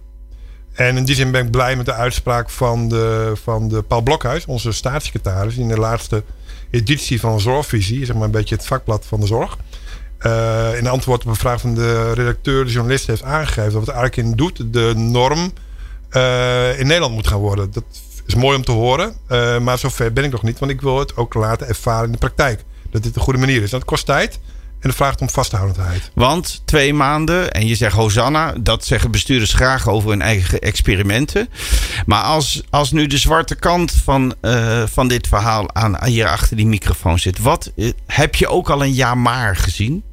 En in die zin ben ik blij met de uitspraak van de, van de Paul Blokhuis, onze staatssecretaris, die in de laatste editie van Zorgvisie, zeg maar een beetje het vakblad van de zorg, uh, in antwoord op een vraag van de redacteur, de journalist, heeft aangegeven dat wat Arkin doet, de norm uh, in Nederland moet gaan worden. Dat is mooi om te horen, uh, maar zover ben ik nog niet, want ik wil het ook laten ervaren in de praktijk. Dat dit een goede manier is. Dat kost tijd. En het vraagt om vasthoudendheid. Want twee maanden, en je zegt Hosanna, dat zeggen bestuurders graag over hun eigen experimenten. Maar als, als nu de zwarte kant van, uh, van dit verhaal aan, hier achter die microfoon zit. Wat, uh, heb je ook al een ja maar gezien?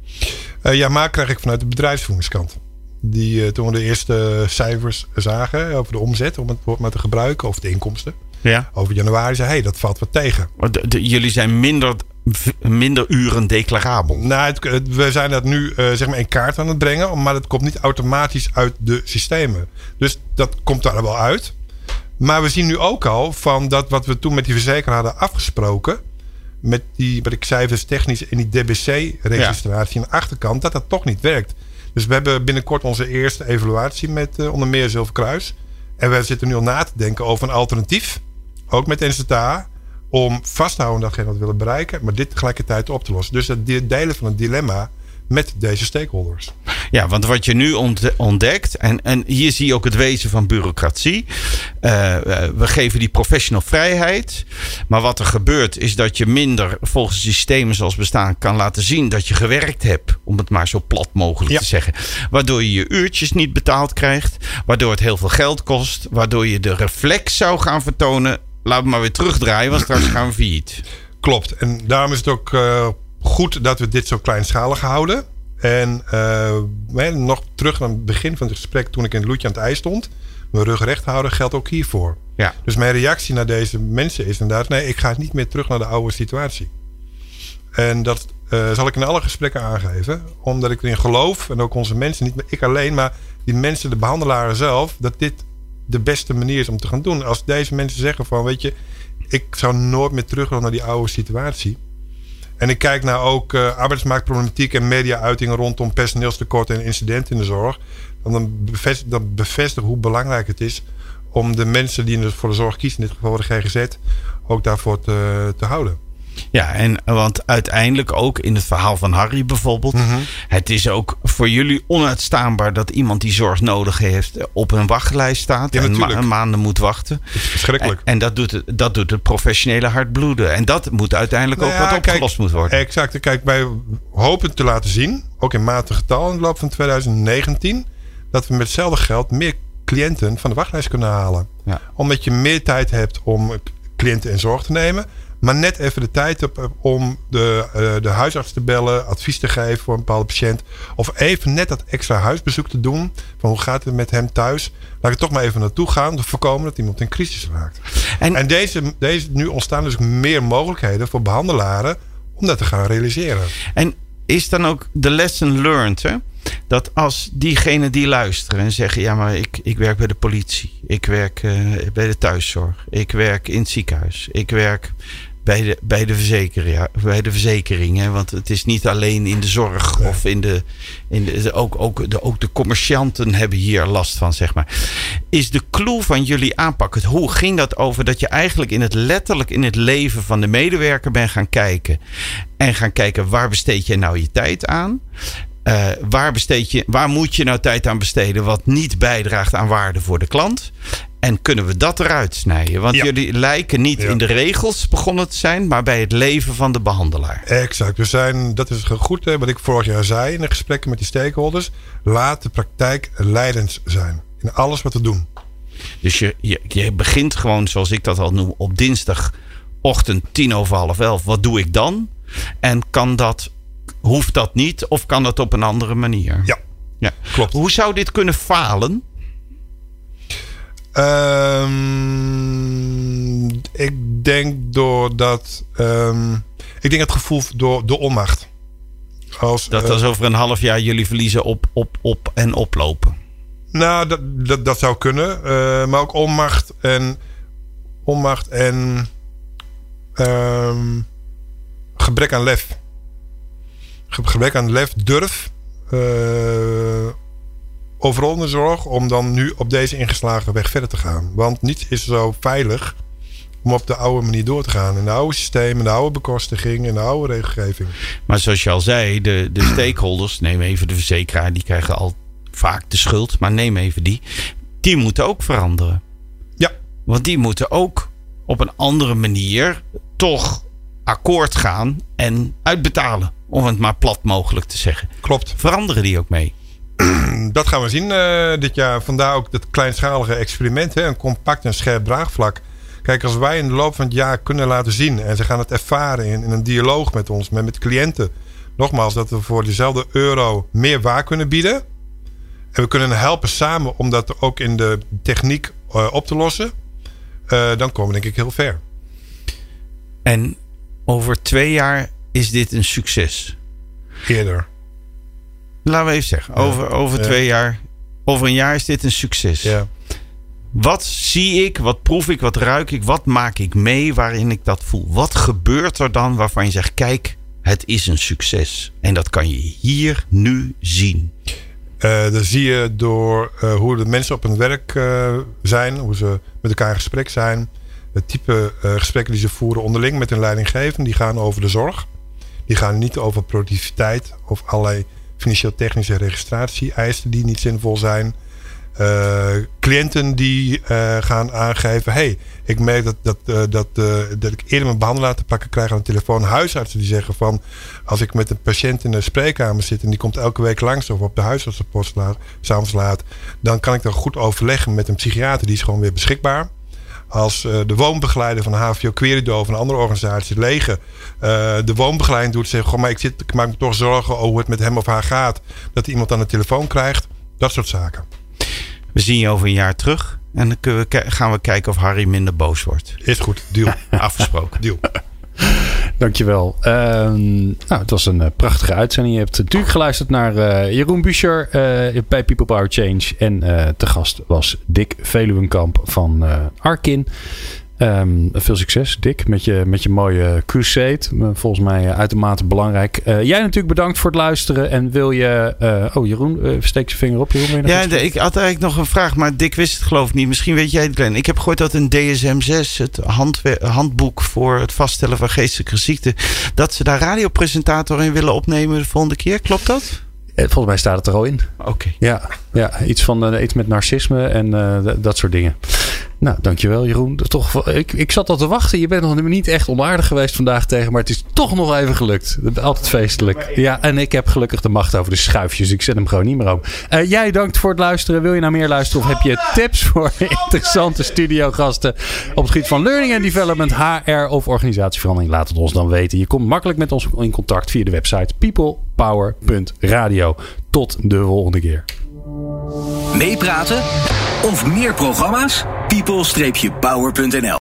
Uh, ja maar krijg ik vanuit de bedrijfsvoeringskant. Die uh, toen we de eerste cijfers zagen over de omzet, om het woord maar te gebruiken, of de inkomsten. Ja. Over januari zei, hé, hey, dat valt wat tegen. De, de, jullie zijn minder... minder uren declarabel. Nou, het, het, we zijn dat nu uh, zeg maar in kaart aan het brengen. Maar dat komt niet automatisch uit de systemen. Dus dat komt daar wel uit. Maar we zien nu ook al van dat wat we toen met die verzekeraar hadden afgesproken. Met die, wat ik zei, dus technisch in die D B C-registratie ja. aan de achterkant. Dat dat toch niet werkt. Dus we hebben binnenkort onze eerste evaluatie met uh, onder meer Zilverkruis. En we zitten nu al na te denken over een alternatief. Ook met N Z A. Om vasthouden datgene wat we willen bereiken. Maar dit tegelijkertijd op te lossen. Dus het delen van het dilemma met deze stakeholders. Ja, want wat je nu ontdekt. En, en hier zie je ook het wezen van bureaucratie. Uh, we geven die professional vrijheid. Maar wat er gebeurt is dat je minder volgens systemen zoals bestaan kan laten zien dat je gewerkt hebt. Om het maar zo plat mogelijk ja. te zeggen. Waardoor je je uurtjes niet betaald krijgt. Waardoor het heel veel geld kost. Waardoor je de reflex zou gaan vertonen. Laat me maar weer terugdraaien, want straks gaan we failliet. Klopt. En daarom is het ook uh, goed dat we dit zo kleinschalig houden. En uh, nog terug naar het begin van het gesprek, toen ik in het loetje aan het ijs stond. Mijn rug recht houden geldt ook hiervoor. Ja. Dus mijn reactie naar deze mensen is inderdaad, nee, ik ga niet meer terug naar de oude situatie. En dat uh, zal ik in alle gesprekken aangeven. Omdat ik erin geloof, en ook onze mensen, niet ik alleen, maar die mensen, de behandelaren zelf, dat dit de beste manier is om te gaan doen. Als deze mensen zeggen van, weet je, ik zou nooit meer terug naar die oude situatie. En ik kijk naar ook uh, arbeidsmarktproblematiek en media-uitingen rondom personeelstekort en incidenten in de zorg. Dan bevestigt, dan bevestigt hoe belangrijk het is om de mensen die voor de zorg kiezen, in dit geval de G G Z, ook daarvoor te, te houden. Ja, en want uiteindelijk ook in het verhaal van Harry bijvoorbeeld. Mm-hmm. Het is ook voor jullie onuitstaanbaar dat iemand die zorg nodig heeft op een wachtlijst staat. Ja, en ma- maanden moet wachten. Het is verschrikkelijk. En, en dat, doet het, dat doet het professionele hart bloeden. En dat moet uiteindelijk nou ook ja, wat opgelost kijk, moet worden. Exact. Kijk, wij hopen te laten zien, ook in matig getal in de loop van twintig negentien, dat we met hetzelfde geld meer cliënten van de wachtlijst kunnen halen. Ja. Omdat je meer tijd hebt om cliënten in zorg te nemen. Maar net even de tijd op, om de, uh, de huisarts te bellen. Advies te geven voor een bepaalde patiënt. Of even net dat extra huisbezoek te doen. Van hoe gaat het met hem thuis? Laat ik toch maar even naartoe gaan. Om te voorkomen dat iemand in crisis raakt. En, en deze, deze, nu ontstaan dus meer mogelijkheden voor behandelaren. Om dat te gaan realiseren. En is dan ook de lesson learned, hè? Dat als diegenen die luisteren en zeggen... ja, maar ik, ik werk bij de politie. Ik werk uh, bij de thuiszorg. Ik werk in het ziekenhuis. Ik werk bij de, bij de verzekering. Bij de verzekering, hè? Want het is niet alleen in de zorg. Nee. Of in de... In de ook, ook, de, ook de commercianten hebben hier last van, zeg maar. Is de clue van jullie aanpak... Het, hoe ging dat over dat je eigenlijk in het letterlijk... in het leven van de medewerker bent gaan kijken... en gaan kijken waar besteed je nou je tijd aan... Uh, waar, besteed je, waar moet je nou tijd aan besteden wat niet bijdraagt aan waarde voor de klant? En kunnen we dat eruit snijden? Want ja. jullie lijken niet ja. in de regels begonnen te zijn, maar bij het leven van de behandelaar. Exact. We zijn, dat is goed hè, wat ik vorig jaar zei in de gesprekken met die stakeholders. Laat de praktijk leidend zijn in alles wat we doen. Dus je, je, je begint gewoon, zoals ik dat al noem, op dinsdagochtend tien over half elf. Wat doe ik dan? En kan dat... Hoeft dat niet of kan dat op een andere manier? Ja, ja. Klopt. Hoe zou dit kunnen falen? Um, ik denk doordat... Um, ik denk het gevoel door, door onmacht. Als, dat als uh, over een half jaar jullie verliezen op, op, op en oplopen. Nou, dat, dat, dat zou kunnen. Uh, maar ook onmacht en... Onmacht en... Um, gebrek aan lef. Gebrek aan lef, durf, uh, overal in de zorg om dan nu op deze ingeslagen weg verder te gaan. Want niets is zo veilig om op de oude manier door te gaan. In de oude systemen, de oude bekostiging en de oude regelgeving. Maar zoals je al zei, de, de stakeholders, neem even de verzekeraar, die krijgen al vaak de schuld. Maar neem even die. Die moeten ook veranderen. Ja. Want die moeten ook op een andere manier toch akkoord gaan en uitbetalen. Om het maar plat mogelijk te zeggen. Klopt. Veranderen die ook mee? Dat gaan we zien uh, dit jaar. Vandaar ook dat kleinschalige experiment. Hè, een compact en scherp draagvlak. Kijk, als wij in de loop van het jaar kunnen laten zien... en ze gaan het ervaren in, in een dialoog met ons, met, met cliënten... nogmaals, dat we voor dezelfde euro meer waar kunnen bieden... en we kunnen helpen samen om dat ook in de techniek uh, op te lossen... Uh, dan komen we denk ik heel ver. En over twee jaar... is dit een succes? Eerder. Laten we even zeggen. Over, ja. over ja. twee jaar. Over een jaar is dit een succes. Ja. Wat zie ik? Wat proef ik? Wat ruik ik? Wat maak ik mee waarin ik dat voel? Wat gebeurt er dan waarvan je zegt... kijk, het is een succes. En dat kan je hier nu zien. Uh, dat zie je door uh, hoe de mensen op hun werk uh, zijn. Hoe ze met elkaar in gesprek zijn. Het type uh, gesprekken die ze voeren onderling met hun leidinggevende... die gaan over de zorg. Die gaan niet over productiviteit of allerlei financieel-technische registratie-eisen die niet zinvol zijn. Uh, cliënten die uh, gaan aangeven... hey, ik merk dat, dat, uh, dat, uh, dat ik eerder mijn behandelaar te pakken krijg aan de telefoon. Huisartsen die zeggen van... als ik met een patiënt in de spreekkamer zit... en die komt elke week langs of op de huisartsenpost laat, 's avonds laat... dan kan ik dan goed overleggen met een psychiater. Die is gewoon weer beschikbaar. Als uh, de woonbegeleider van H V O Querido of een andere organisatie, Lege, uh, de woonbegeleiding doet, zegt: goh, maar ik, zit, ik maak me toch zorgen over hoe het met hem of haar gaat. Dat iemand aan de telefoon krijgt. Dat soort zaken. We zien je over een jaar terug. En dan kunnen we, gaan we kijken of Harry minder boos wordt. Is goed, deal. Afgesproken. Deal. Dankjewel. Uh, nou, het was een uh, prachtige uitzending. Je hebt natuurlijk geluisterd naar uh, Jeroen Buescher uh, bij People Power Change. En uh, te gast was Dick Veluwenkamp van uh, Arkin. Um, veel succes, Dick, met je, met je mooie crusade. Volgens mij uh, uitermate belangrijk. Uh, jij natuurlijk bedankt voor het luisteren. En wil je... Uh, oh, Jeroen, uh, steek je vinger op. Jeroen, ja, de, ik had eigenlijk nog een vraag, maar Dick wist het geloof ik niet. Misschien weet jij het, Glenn. Ik heb gehoord dat een D S M zes, het handwe- handboek voor het vaststellen van geestelijke ziekten, dat ze daar radiopresentator in willen opnemen de volgende keer. Klopt dat? Volgens mij staat het er al in. Oké. Okay. Ja, ja, iets, van, uh, iets met narcisme en uh, d- dat soort dingen. Nou, dankjewel Jeroen. Toch, ik, ik zat al te wachten. Je bent nog niet echt onaardig geweest vandaag tegen. Maar het is toch nog even gelukt. Altijd feestelijk. Ja, en ik heb gelukkig de macht over de schuifjes. Ik zet hem gewoon niet meer op. Uh, jij dankt voor het luisteren. Wil je nou meer luisteren? Of heb je tips voor interessante studiogasten op het gebied van learning and development, H R of organisatieverandering? Laat het ons dan weten. Je komt makkelijk met ons in contact via de website people power punt radio. Tot de volgende keer. Meepraten of meer programma's? people dash power punt n l